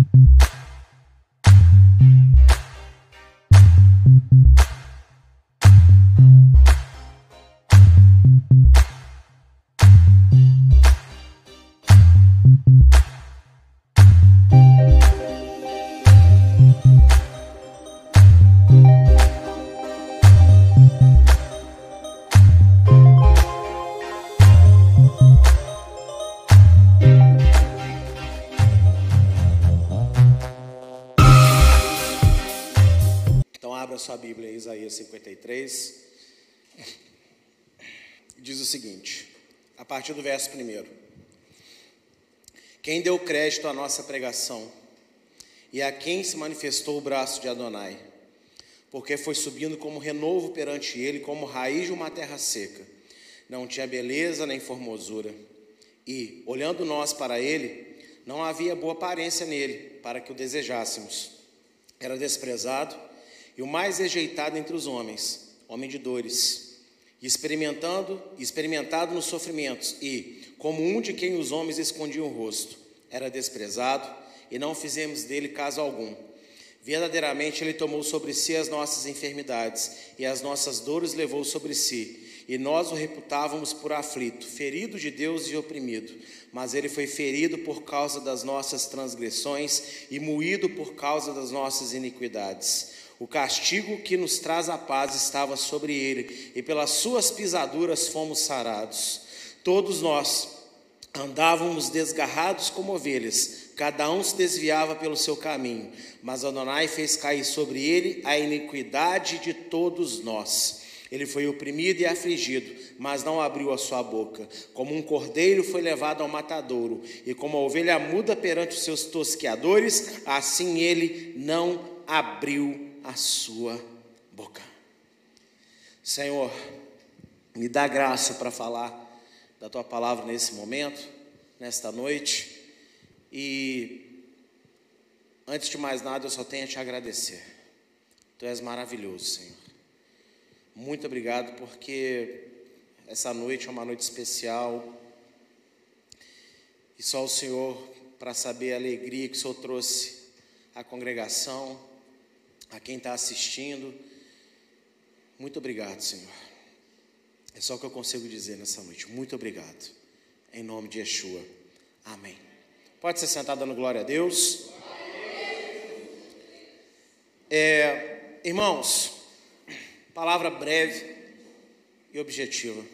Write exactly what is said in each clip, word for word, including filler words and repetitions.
Sua Bíblia, Isaías cinquenta e três, diz o seguinte, a partir do verso primeiro: quem deu crédito à nossa pregação e a quem se manifestou o braço de Adonai, porque foi subindo como renovo perante ele, como raiz de uma terra seca, não tinha beleza nem formosura, e, olhando nós para ele, não havia boa aparência nele, para que o desejássemos. Era desprezado e o mais rejeitado entre os homens, homem de dores, e experimentando, experimentado nos sofrimentos, e, como um de quem os homens escondiam o rosto, era desprezado, e não fizemos dele caso algum. Verdadeiramente ele tomou sobre si as nossas enfermidades, e as nossas dores levou sobre si, e nós o reputávamos por aflito, ferido de Deus e oprimido, mas ele foi ferido por causa das nossas transgressões, e moído por causa das nossas iniquidades. O castigo que nos traz a paz estava sobre ele, e pelas suas pisaduras fomos sarados. Todos nós andávamos desgarrados como ovelhas, cada um se desviava pelo seu caminho, mas Adonai fez cair sobre ele a iniquidade de todos nós. Ele foi oprimido e afligido, mas não abriu a sua boca. Como um cordeiro foi levado ao matadouro, e como a ovelha muda perante os seus tosqueadores, assim ele não abriu a sua boca. Senhor, me dá graça para falar da tua palavra nesse momento, nesta noite, e antes de mais nada eu só tenho a te agradecer. Tu és maravilhoso, Senhor. Muito obrigado, porque essa noite é uma noite especial, e só o Senhor para saber a alegria que o Senhor trouxe à congregação, a quem está assistindo. Muito obrigado, Senhor. É só o que eu consigo dizer nessa noite. Muito obrigado. Em nome de Yeshua. Amém. Pode se sentar dando glória a Deus. É, irmãos, palavra breve e objetiva.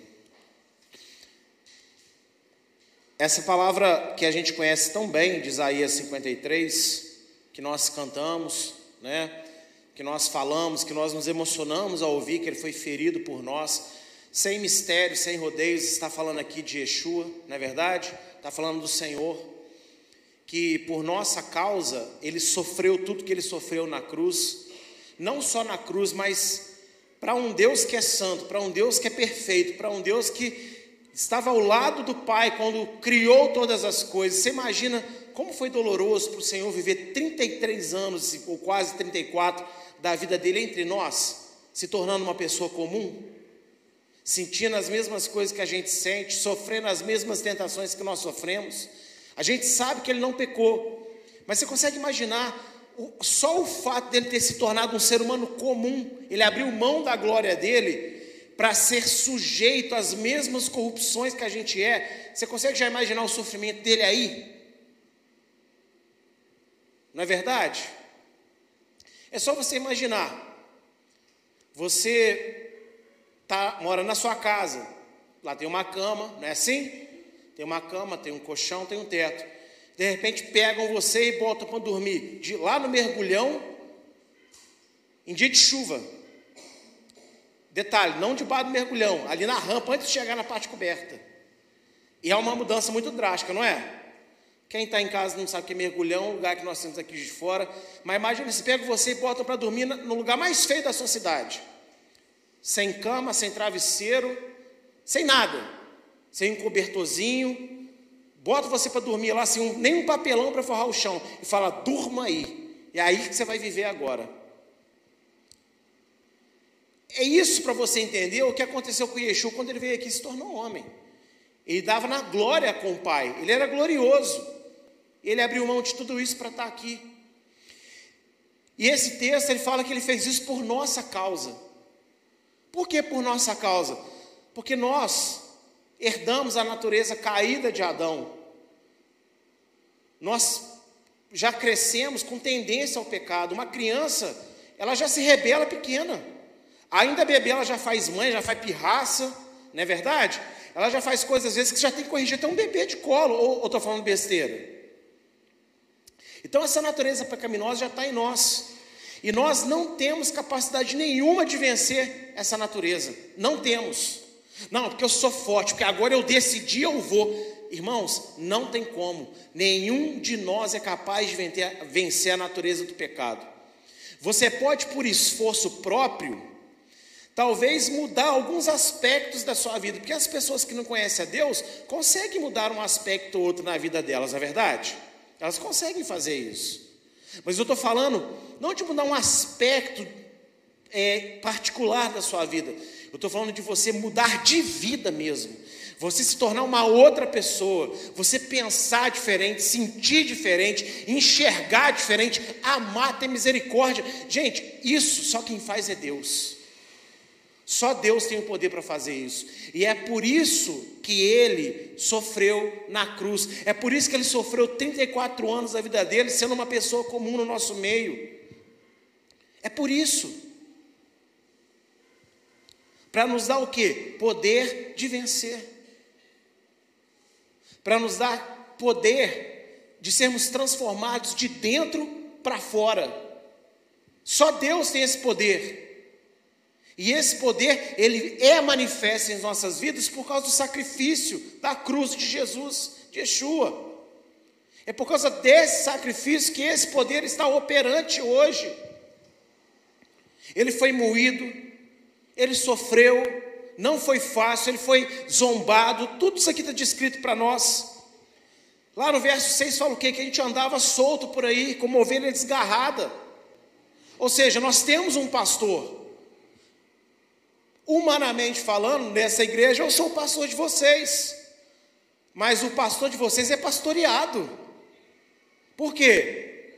Essa palavra que a gente conhece tão bem, de Isaías cinquenta e três, que nós cantamos, né? Que nós falamos, que nós nos emocionamos ao ouvir que ele foi ferido por nós, sem mistério, sem rodeios. Está falando aqui de Yeshua, não é verdade? Está falando do Senhor, que por nossa causa ele sofreu tudo que ele sofreu na cruz, não só na cruz, mas para um Deus que é santo, para um Deus que é perfeito, para um Deus que estava ao lado do Pai quando criou todas as coisas. Você imagina como foi doloroso para o Senhor viver trinta e três anos, ou quase trinta e quatro, da vida dele entre nós, se tornando uma pessoa comum, sentindo as mesmas coisas que a gente sente, sofrendo as mesmas tentações que nós sofremos. A gente sabe que ele não pecou, mas você consegue imaginar só o fato dele ter se tornado um ser humano comum, ele abriu mão da glória dele para ser sujeito às mesmas corrupções que a gente é. Você consegue já imaginar o sofrimento dele aí? Não é verdade? É só você imaginar, você tá, mora na sua casa, lá tem uma cama, não é assim? Tem uma cama, tem um colchão, tem um teto. De repente pegam você e botam para dormir de lá no mergulhão, em dia de chuva. Detalhe, não debaixo do mergulhão, ali na rampa, antes de chegar na parte coberta. E é uma mudança muito drástica, não é? Quem está em casa não sabe o que é mergulhão, o lugar que nós temos aqui de fora. Mas imagina, se pega você e bota para dormir no lugar mais feio da sua cidade. Sem cama, sem travesseiro, sem nada. Sem um cobertorzinho. Bota você para dormir lá, sem um, nem um papelão para forrar o chão. E fala, durma aí. É aí que você vai viver agora. É isso para você entender o que aconteceu com Yeshua quando ele veio aqui e se tornou homem. Ele dava na glória com o Pai. Ele era glorioso. Ele abriu mão de tudo isso para estar aqui. E esse texto, ele fala que ele fez isso por nossa causa. Por que por nossa causa? Porque nós herdamos a natureza caída de Adão. Nós já crescemos com tendência ao pecado. Uma criança, ela já se rebela pequena. Ainda bebê, ela já faz mãe, já faz pirraça, não é verdade? Ela já faz coisas, às vezes, que já tem que corrigir até um bebê de colo, ou estou falando besteira? Então, essa natureza pecaminosa já está em nós. E nós não temos capacidade nenhuma de vencer essa natureza. Não temos. Não, porque eu sou forte, porque agora eu decidi, eu vou. Irmãos, não tem como. Nenhum de nós é capaz de vencer a natureza do pecado. Você pode, por esforço próprio, talvez mudar alguns aspectos da sua vida, porque as pessoas que não conhecem a Deus conseguem mudar um aspecto ou outro na vida delas, não é verdade? Elas conseguem fazer isso. Mas eu estou falando não de mudar um aspecto é, particular da sua vida. Eu estou falando de você mudar de vida mesmo. Você se tornar uma outra pessoa. Você pensar diferente, sentir diferente, enxergar diferente, amar, ter misericórdia. Gente, isso só quem faz é Deus. Só Deus tem o poder para fazer isso. E é por isso que ele sofreu na cruz. É por isso que ele sofreu trinta e quatro anos da vida dele, sendo uma pessoa comum no nosso meio. É por isso. Para nos dar o quê? Poder de vencer. Para nos dar poder de sermos transformados de dentro para fora. Só Deus tem esse poder. E esse poder, ele é manifesto em nossas vidas por causa do sacrifício da cruz de Jesus, de Yeshua. É por causa desse sacrifício que esse poder está operante hoje. Ele foi moído, ele sofreu, não foi fácil, ele foi zombado, tudo isso aqui está descrito para nós. Lá no verso seis fala o quê? Que a gente andava solto por aí, como ovelha desgarrada. Ou seja, nós temos um pastor. Humanamente falando, nessa igreja, eu sou o pastor de vocês. Mas o pastor de vocês é pastoreado. Por quê?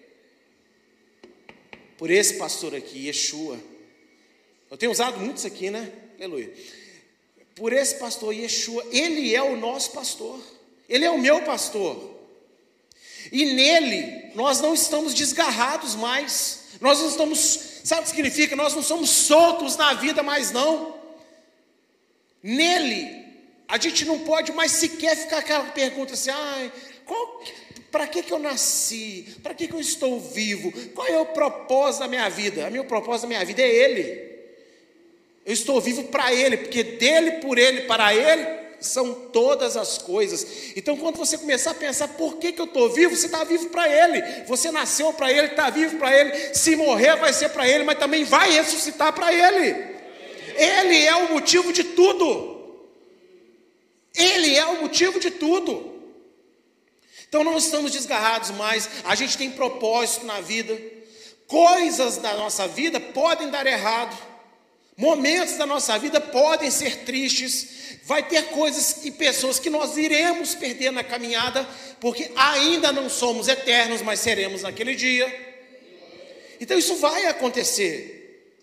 Por esse pastor aqui, Yeshua. Eu tenho usado muito isso aqui, né? Aleluia. Por esse pastor, Yeshua. Ele é o nosso pastor. Ele é o meu pastor. E nele, nós não estamos desgarrados mais. Nós não estamos, sabe o que significa? Nós não somos soltos na vida mais não. Nele, a gente não pode mais sequer ficar aquela pergunta assim, ai, para que que eu nasci? Para que que eu estou vivo? Qual é o propósito da minha vida? O meu propósito da minha vida é Ele. Eu estou vivo para Ele, porque dele, por Ele, para Ele, são todas as coisas. Então, quando você começar a pensar, por que que eu estou vivo? Você está vivo para Ele. Você nasceu para Ele, está vivo para Ele. Se morrer, vai ser para Ele, mas também vai ressuscitar para Ele. Ele é o motivo de tudo. Ele é o motivo de tudo. Então não estamos desgarrados mais. A gente tem propósito na vida. Coisas da nossa vida podem dar errado. Momentos da nossa vida podem ser tristes. Vai ter coisas e pessoas que nós iremos perder na caminhada, porque ainda não somos eternos, mas seremos naquele dia. Então isso vai acontecer.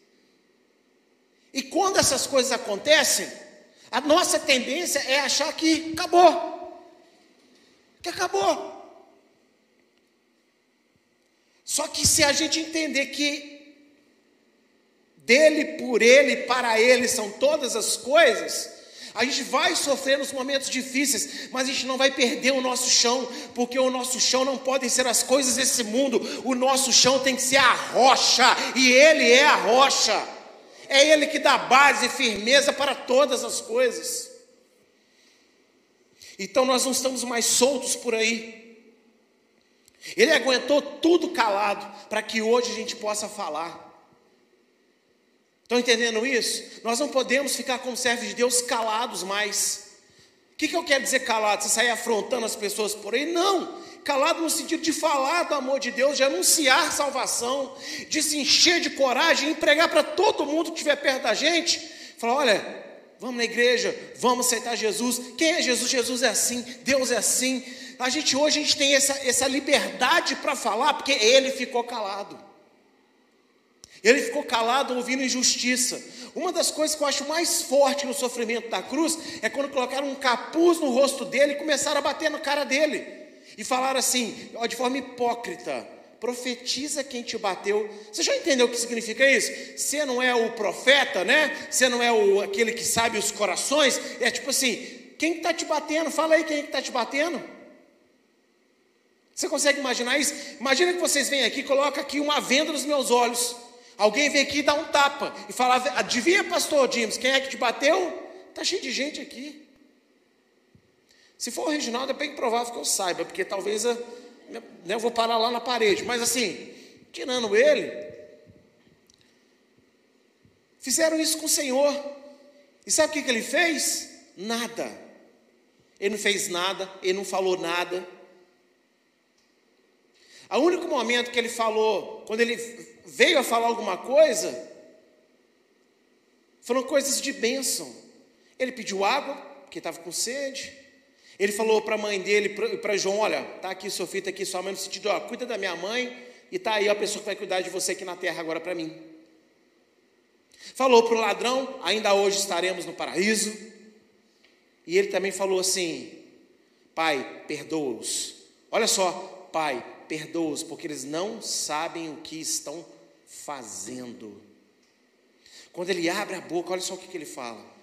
E quando essas coisas acontecem, a nossa tendência é achar que acabou. Que acabou. Só que se a gente entender que dele, por ele, para ele são todas as coisas, a gente vai sofrer nos momentos difíceis, mas a gente não vai perder o nosso chão, porque o nosso chão não podem ser as coisas desse mundo, o nosso chão tem que ser a rocha, e ele é a rocha. É Ele que dá base e firmeza para todas as coisas. Então nós não estamos mais soltos por aí. Ele aguentou tudo calado, para que hoje a gente possa falar. Estão entendendo isso? Nós não podemos ficar como servos de Deus calados mais. O que, que eu quero dizer calado? Você sair afrontando as pessoas por aí? Não. Calado no sentido de falar do amor de Deus, de anunciar salvação, de se encher de coragem, entregar para todo mundo que estiver perto da gente, falar, olha, vamos na igreja, vamos aceitar Jesus. Quem é Jesus? Jesus é assim, Deus é assim. a gente hoje a gente tem essa, essa liberdade para falar, porque ele ficou calado. Ele ficou calado ouvindo injustiça. Uma das coisas que eu acho mais forte no sofrimento da cruz é quando colocaram um capuz no rosto dele e começaram a bater na cara dele. E falaram assim, ó, de forma hipócrita: profetiza quem te bateu. Você já entendeu o que significa isso? Você não é o profeta, né? Você não é o, aquele que sabe os corações. É tipo assim, quem está te batendo? Fala aí quem está te batendo. Você consegue imaginar isso? Imagina que vocês vêm aqui, colocam aqui uma venda nos meus olhos. Alguém vem aqui e dá um tapa e fala: adivinha, pastor James, quem é que te bateu? Está cheio de gente aqui. Se for o Reginaldo, é bem provável que eu saiba, porque talvez eu, eu vou parar lá na parede. Mas assim, tirando ele, fizeram isso com o Senhor. E sabe o que, que ele fez? Nada. Ele não fez nada, ele não falou nada. O único momento que ele falou, quando ele veio a falar alguma coisa, foram coisas de bênção. Ele pediu água, porque estava com sede. Ele falou para a mãe dele, para João: olha, está aqui seu filho, está aqui sua mãe, no sentido, ó, cuida da minha mãe, e está aí a pessoa que vai cuidar de você aqui na terra agora para mim. Falou para o ladrão: ainda hoje estaremos no paraíso. E ele também falou assim: Pai, perdoa-os. Olha só, Pai, perdoa-os, porque eles não sabem o que estão fazendo. Quando ele abre a boca, olha só o que, que ele fala.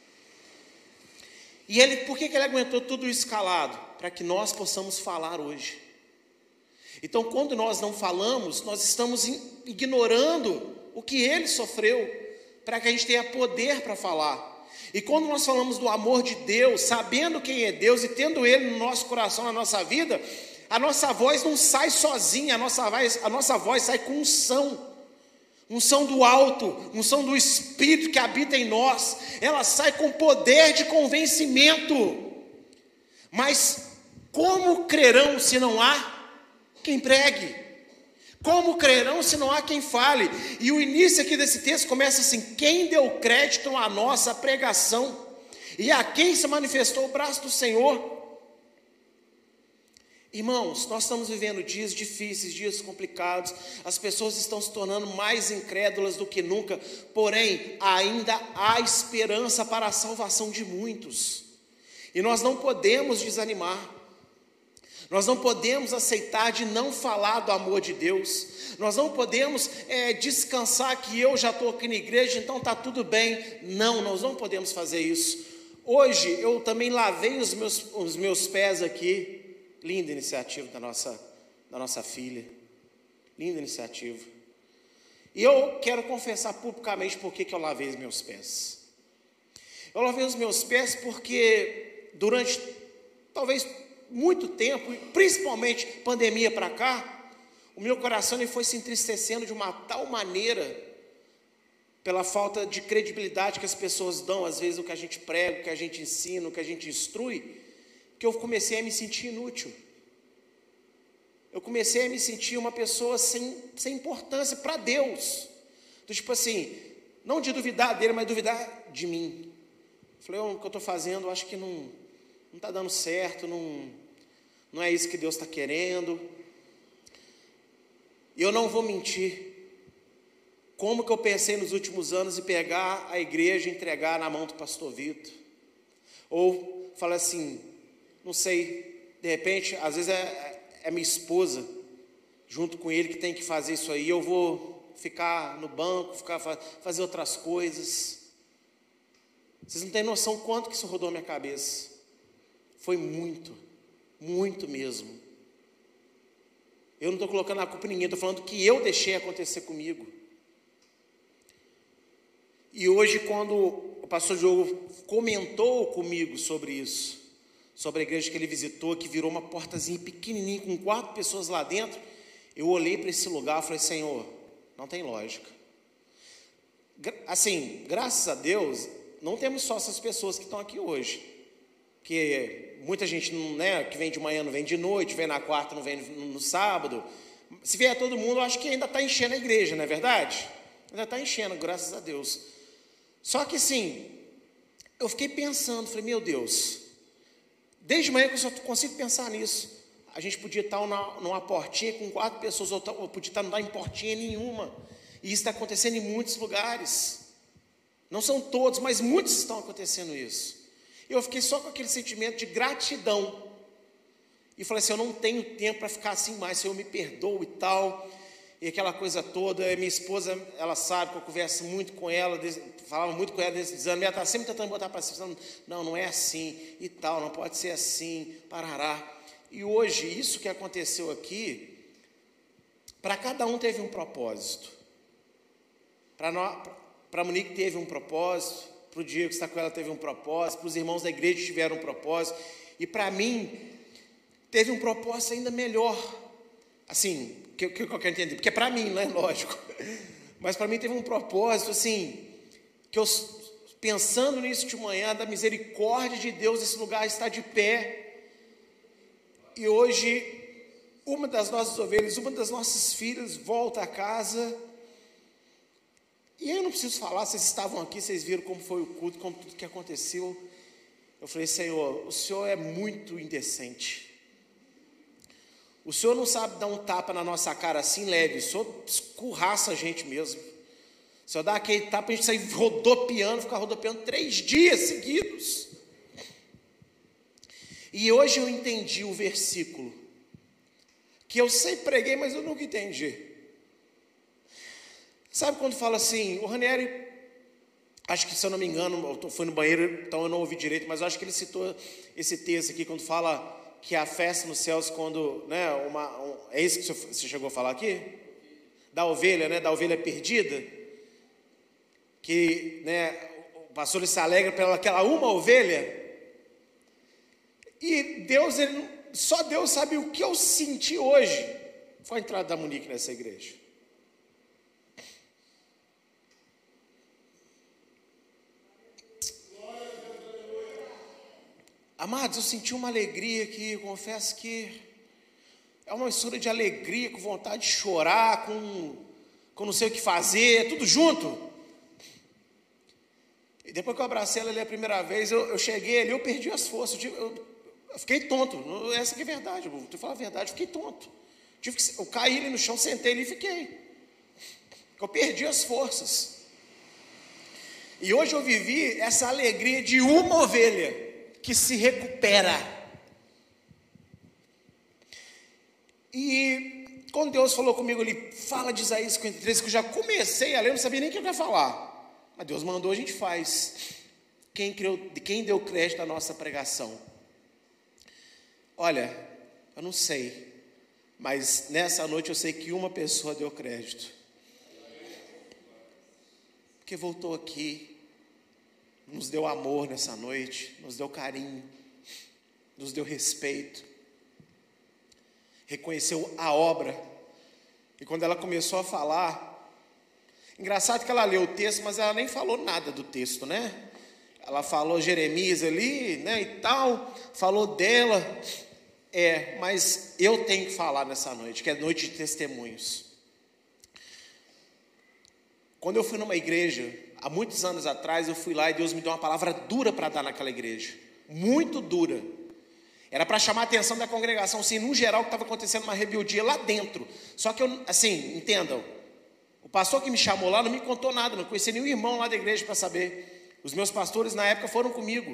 E ele, por que, que ele aguentou tudo isso calado? Para que nós possamos falar hoje. Então, quando nós não falamos, nós estamos ignorando o que ele sofreu, para que a gente tenha poder para falar. E quando nós falamos do amor de Deus, sabendo quem é Deus e tendo ele no nosso coração, na nossa vida, a nossa voz não sai sozinha, a nossa voz, a nossa voz sai com unção. Unção do alto, unção do Espírito que habita em nós. Ela sai com poder de convencimento. Mas como crerão se não há quem pregue? Como crerão se não há quem fale? E o início aqui desse texto começa assim: quem deu crédito à nossa pregação? E a quem se manifestou o braço do Senhor? Irmãos, nós estamos vivendo dias difíceis, dias complicados. As pessoas estão se tornando mais incrédulas do que nunca. Porém, ainda há esperança para a salvação de muitos. E nós não podemos desanimar. Nós não podemos aceitar de não falar do amor de Deus. Nós não podemos é, descansar que eu já estou aqui na igreja, então está tudo bem. Não, nós não podemos fazer isso. Hoje eu também lavei os meus, os meus pés aqui. Linda iniciativa da nossa, da nossa filha. Linda iniciativa. E eu quero confessar publicamente por que eu lavei os meus pés. Eu lavei os meus pés porque durante talvez muito tempo, principalmente pandemia para cá, o meu coração ele foi se entristecendo de uma tal maneira, pela falta de credibilidade que as pessoas dão, às vezes, o que a gente prega, o que a gente ensina, o que a gente instrui, que eu comecei a me sentir inútil. Eu comecei a me sentir uma pessoa sem, sem importância para Deus. Do tipo assim, não de duvidar dele, mas duvidar de mim. Falei: oh, o que eu estou fazendo, eu acho que não está dando certo, não, não é isso que Deus está querendo. E eu não vou mentir. Como que eu pensei nos últimos anos em pegar a igreja e entregar na mão do pastor Vitor? Ou falar assim, não sei, de repente, às vezes é, é minha esposa, junto com ele, que tem que fazer isso aí, eu vou ficar no banco, ficar, fazer outras coisas. Vocês não têm noção quanto que isso rodou a minha cabeça. Foi muito, muito mesmo. Eu não estou colocando a culpa em ninguém, estou falando que eu deixei acontecer comigo. E hoje, quando o pastor Diogo comentou comigo sobre isso, sobre a igreja que ele visitou, que virou uma portazinha pequenininha, com quatro pessoas lá dentro, eu olhei para esse lugar e falei: Senhor, não tem lógica. Assim, graças a Deus, não temos só essas pessoas que estão aqui hoje, que muita gente não, né, que vem de manhã não vem de noite, vem na quarta não vem no, no sábado. Se vier todo mundo, eu acho que ainda está enchendo a igreja, não é verdade? Ainda está enchendo, graças a Deus. Só que assim, eu fiquei pensando, falei: meu Deus, Desde manhã que eu só consigo pensar nisso. A gente podia estar numa, numa portinha com quatro pessoas, ou, ou podia estar não em portinha nenhuma. E isso está acontecendo em muitos lugares. Não são todos, mas muitos estão acontecendo isso. Eu fiquei só com aquele sentimento de gratidão. E falei assim, eu não tenho tempo para ficar assim mais, Senhor, me perdoa e tal. E aquela coisa toda. Minha esposa, ela sabe que eu converso muito com ela, falava muito com ela desse desânimo. Ela está sempre tentando botar para cima, não, não é assim e tal, não pode ser assim, parará. E hoje, isso que aconteceu aqui, para cada um teve um propósito. Para a Monique teve um propósito, para o Diego que está com ela teve um propósito, para os irmãos da igreja tiveram um propósito, e para mim teve um propósito ainda melhor, assim, que, que eu quero entender, porque é para mim, não é lógico, mas para mim teve um propósito, assim, que eu, pensando nisso de manhã, da misericórdia de Deus, esse lugar está de pé, e hoje, uma das nossas ovelhas, uma das nossas filhas volta a casa. E aí eu não preciso falar, vocês estavam aqui, vocês viram como foi o culto, como tudo que aconteceu. Eu falei, Senhor, o Senhor é muito indecente. O Senhor não sabe dar um tapa na nossa cara assim leve, o Senhor escurraça a gente mesmo. O Senhor dá aquele tapa, a gente sai rodopiando, ficar rodopiando três dias seguidos. E hoje eu entendi o versículo, que eu sempre preguei, mas eu nunca entendi. Sabe quando fala assim, o Ranieri, acho que se eu não me engano, eu fui no banheiro, então eu não ouvi direito, mas eu acho que ele citou esse texto aqui, quando fala que a festa nos céus, quando, né, uma, um, é isso que você chegou a falar aqui? Da ovelha, né, da ovelha perdida, que, né, o pastor se alegra pela aquela uma ovelha, e Deus, ele, só Deus sabe o que eu senti hoje, foi a entrada da Monique nessa igreja. Amados, eu senti uma alegria aqui, eu confesso que é uma mistura de alegria, com vontade de chorar, com, com não sei o que fazer, tudo junto. E depois que eu abracei ela ali a primeira vez, eu, eu cheguei ali, eu perdi as forças, eu, eu, eu fiquei tonto, essa que é a verdade, eu vou te falar a verdade, eu fiquei tonto. Tive que, eu caí ali no chão, sentei ali e fiquei. Eu perdi as forças. E hoje eu vivi essa alegria de uma ovelha que se recupera. E quando Deus falou comigo ali, fala de Isaías cinquenta e três, que eu já comecei a ler, eu não sabia nem o que eu ia falar, mas Deus mandou, a gente faz. Quem, criou, quem deu crédito à nossa pregação? Olha, eu não sei, mas nessa noite eu sei que uma pessoa deu crédito, porque voltou aqui, nos deu amor nessa noite, nos deu carinho, nos deu respeito, reconheceu a obra. E quando ela começou a falar, engraçado que ela leu o texto, mas ela nem falou nada do texto, né? Ela falou Jeremias ali, né, e tal, falou dela, é, mas eu tenho que falar nessa noite, que é noite de testemunhos. Quando eu fui numa igreja, há muitos anos atrás, eu fui lá e Deus me deu uma palavra dura para dar naquela igreja, muito dura. Era para chamar a atenção da congregação, assim, no geral, que estava acontecendo uma rebeldia lá dentro. Só que eu, assim, entendam, o pastor que me chamou lá não me contou nada, não conhecia nenhum irmão lá da igreja para saber. Os meus pastores na época foram comigo.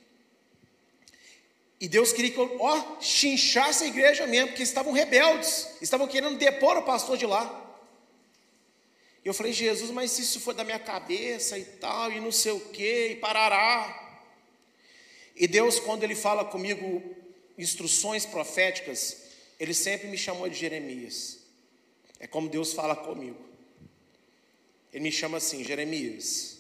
E Deus queria que eu, ó, chinchasse a igreja mesmo, porque estavam rebeldes, estavam querendo depor o pastor de lá. E eu falei, Jesus, mas se isso for da minha cabeça e tal, e não sei o que, e parará. E Deus, quando Ele fala comigo instruções proféticas, Ele sempre me chamou de Jeremias. É como Deus fala comigo. Ele me chama assim, Jeremias.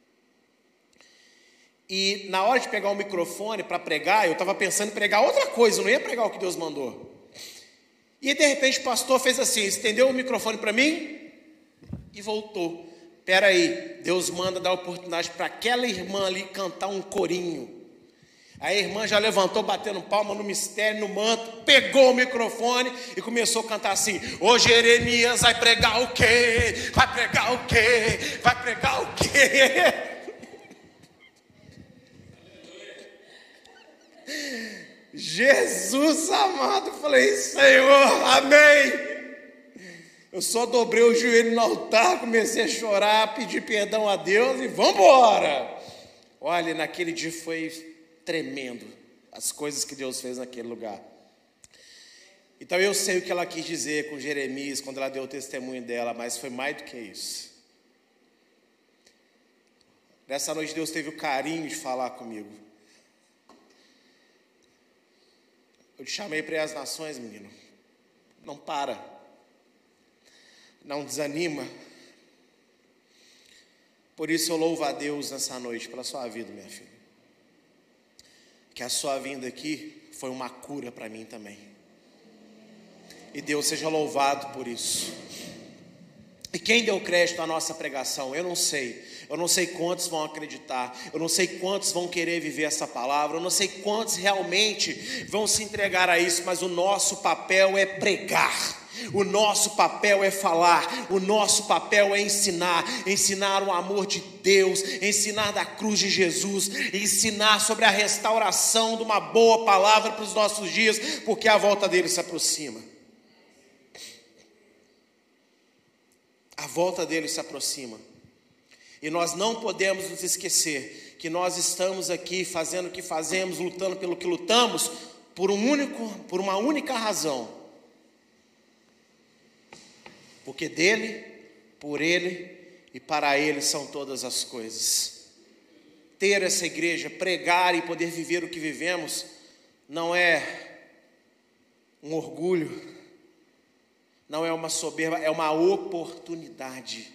E na hora de pegar o microfone para pregar, eu estava pensando em pregar outra coisa, eu não ia pregar o que Deus mandou. E de repente o pastor fez assim, estendeu o microfone para mim e voltou. Espera aí, Deus manda dar oportunidade para aquela irmã ali cantar um corinho. A irmã já levantou, batendo palma no mistério, no manto, pegou o microfone e começou a cantar assim: ô Jeremias, vai pregar o quê? Vai pregar o quê? Vai pregar o quê? Jesus amado, eu falei, Senhor, amém. Eu só dobrei o joelho no altar, comecei a chorar, pedir perdão a Deus e vamos embora. Olha, naquele dia foi tremendo, as coisas que Deus fez naquele lugar. Então eu sei o que ela quis dizer com Jeremias, quando ela deu o testemunho dela, mas foi mais do que isso. Nessa noite Deus teve o carinho de falar comigo. Eu te chamei para ir às nações, menino. Não para. Não desanima. Por isso eu louvo a Deus nessa noite pela sua vida, minha filha. Que a sua vinda aqui foi uma cura para mim também. E Deus seja louvado por isso. E quem deu crédito à nossa pregação? Eu não sei. Eu não sei quantos vão acreditar. Eu não sei quantos vão querer viver essa palavra. Eu não sei quantos realmente vão se entregar a isso. Mas o nosso papel é pregar. O nosso papel é falar. O nosso papel é ensinar. Ensinar o amor de Deus. Ensinar da cruz de Jesus. Ensinar sobre a restauração de uma boa palavra para os nossos dias. Porque a volta dele se aproxima. A volta dele se aproxima. E nós não podemos nos esquecer que nós estamos aqui fazendo o que fazemos, lutando pelo que lutamos, por um único, por uma única razão. Porque dele, por ele e para ele são todas as coisas. Ter essa igreja, pregar e poder viver o que vivemos, não é um orgulho, não é uma soberba, é uma oportunidade.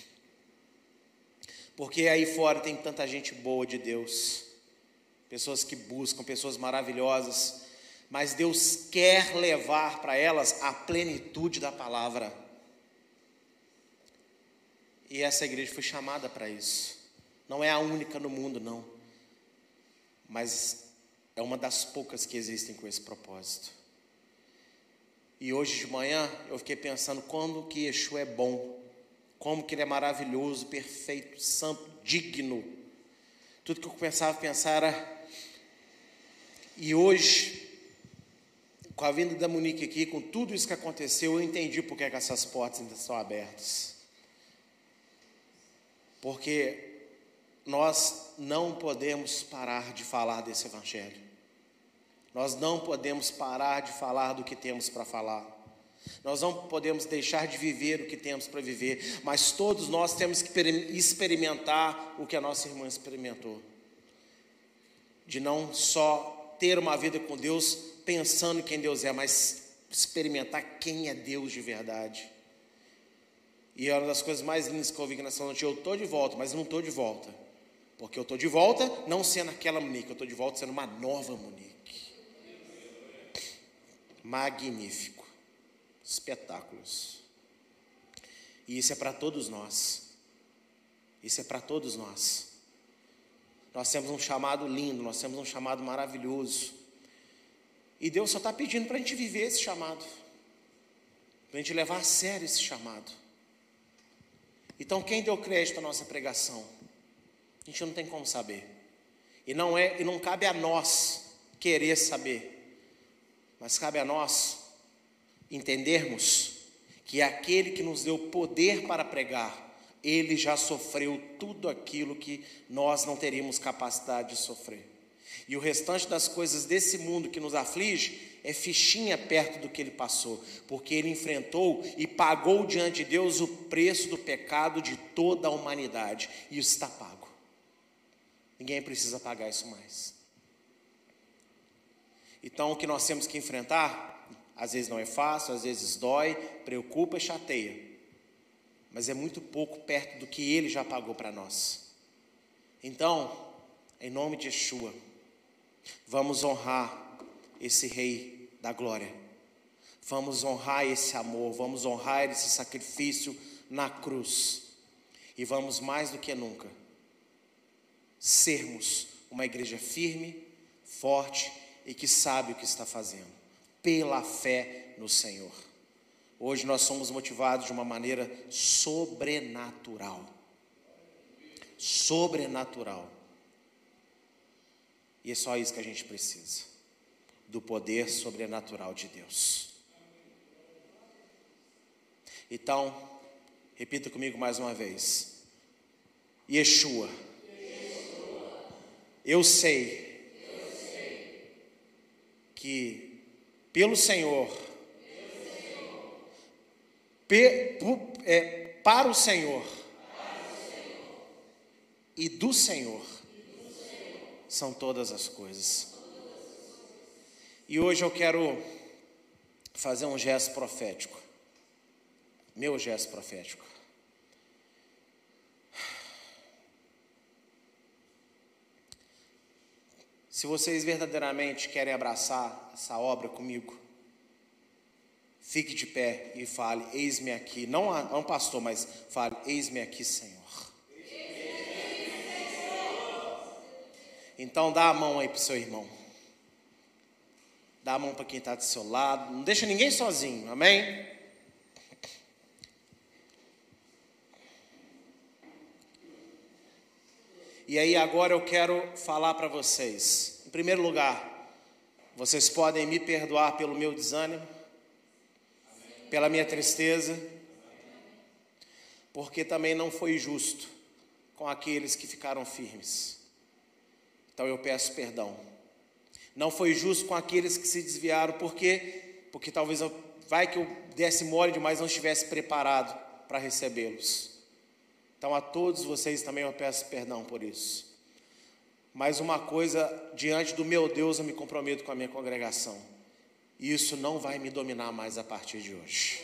Porque aí fora tem tanta gente boa de Deus, pessoas que buscam, pessoas maravilhosas, mas Deus quer levar para elas a plenitude da palavra. E essa igreja foi chamada para isso. Não é a única no mundo, não, mas é uma das poucas que existem com esse propósito. E hoje de manhã eu fiquei pensando como que Yeshua é bom. Como que ele é maravilhoso, perfeito, santo, digno. Tudo que eu pensava pensar era... E hoje, com a vinda da Monique aqui, com tudo isso que aconteceu, eu entendi por que essas portas ainda estão abertas. Porque nós não podemos parar de falar desse evangelho. Nós não podemos parar de falar do que temos para falar. Nós não podemos deixar de viver o que temos para viver, mas todos nós temos que experimentar o que a nossa irmã experimentou. De não só ter uma vida com Deus pensando em quem Deus é, mas experimentar quem é Deus de verdade. E é uma das coisas mais lindas que eu ouvi nessa noite. Eu estou de volta, mas não estou de volta. Porque eu estou de volta não sendo aquela Monique, eu estou de volta sendo uma nova Monique. Magnífico. Espetáculos. E isso é para todos nós. Isso é para todos nós. Nós temos um chamado lindo, nós temos um chamado maravilhoso. E Deus só está pedindo para a gente viver esse chamado. Para a gente levar a sério esse chamado. Então quem deu crédito à nossa pregação? A gente não tem como saber. E não, é, e não cabe a nós querer saber. Mas cabe a nós entendermos que aquele que nos deu poder para pregar, ele já sofreu tudo aquilo que nós não teríamos capacidade de sofrer. E o restante das coisas desse mundo que nos aflige é fichinha perto do que ele passou, porque ele enfrentou e pagou diante de Deus o preço do pecado de toda a humanidade, e isso está pago. Ninguém precisa pagar isso mais. Então o que nós temos que enfrentar, às vezes não é fácil, às vezes dói, preocupa e chateia, mas é muito pouco perto do que ele já pagou para nós. Então, em nome de Yeshua, vamos honrar esse Rei da Glória, vamos honrar esse amor, vamos honrar esse sacrifício na cruz, e vamos mais do que nunca sermos uma igreja firme, forte e que sabe o que está fazendo, pela fé no Senhor. Hoje nós somos motivados de uma maneira sobrenatural. Sobrenatural. E é só isso que a gente precisa. do poder sobrenatural de Deus. Então, repita comigo mais uma vez. Yeshua, eu sei que pelo Senhor, pe, pu, é, para o Senhor e do Senhor são todas as coisas. E hoje eu quero fazer um gesto profético, meu gesto profético. Se vocês verdadeiramente querem abraçar essa obra comigo, fique de pé e fale, eis-me aqui. Não a um pastor, mas fale, eis-me aqui, Senhor. Então dá a mão aí para o seu irmão. Dá a mão para quem está do seu lado. Não deixa ninguém sozinho, amém? E aí agora eu quero falar para vocês. Em primeiro lugar, vocês podem me perdoar pelo meu desânimo, pela minha tristeza, porque também não foi justo com aqueles que ficaram firmes. Então eu peço perdão. Não foi justo com aqueles que se desviaram, porque porque talvez eu, vai que eu desse mole demais, não estivesse preparado para recebê-los. Então a todos vocês também eu peço perdão por isso. Mas uma coisa, diante do meu Deus eu me comprometo com a minha congregação. E isso não vai me dominar mais a partir de hoje.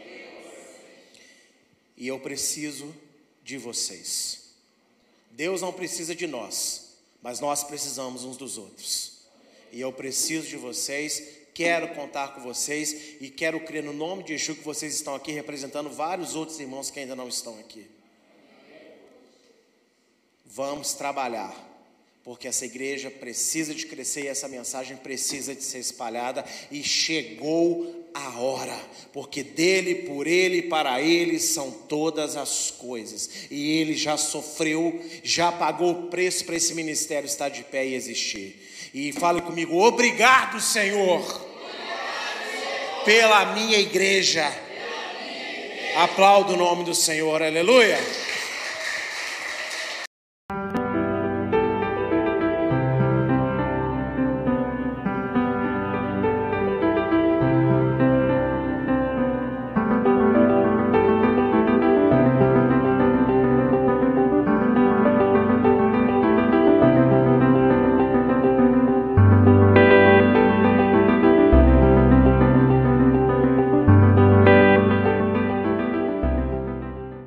E eu preciso de vocês. Deus não precisa de nós, mas nós precisamos uns dos outros. E eu preciso de vocês, quero contar com vocês e quero crer no nome de Yeshua que vocês estão aqui representando vários outros irmãos que ainda não estão aqui. Vamos trabalhar, porque essa igreja precisa de crescer e essa mensagem precisa de ser espalhada. E chegou a hora, porque dele, por ele e para ele são todas as coisas. E ele já sofreu, já pagou o preço para esse ministério estar de pé e existir. E fale comigo, obrigado, Senhor, pela minha igreja. Aplauda o nome do Senhor, aleluia.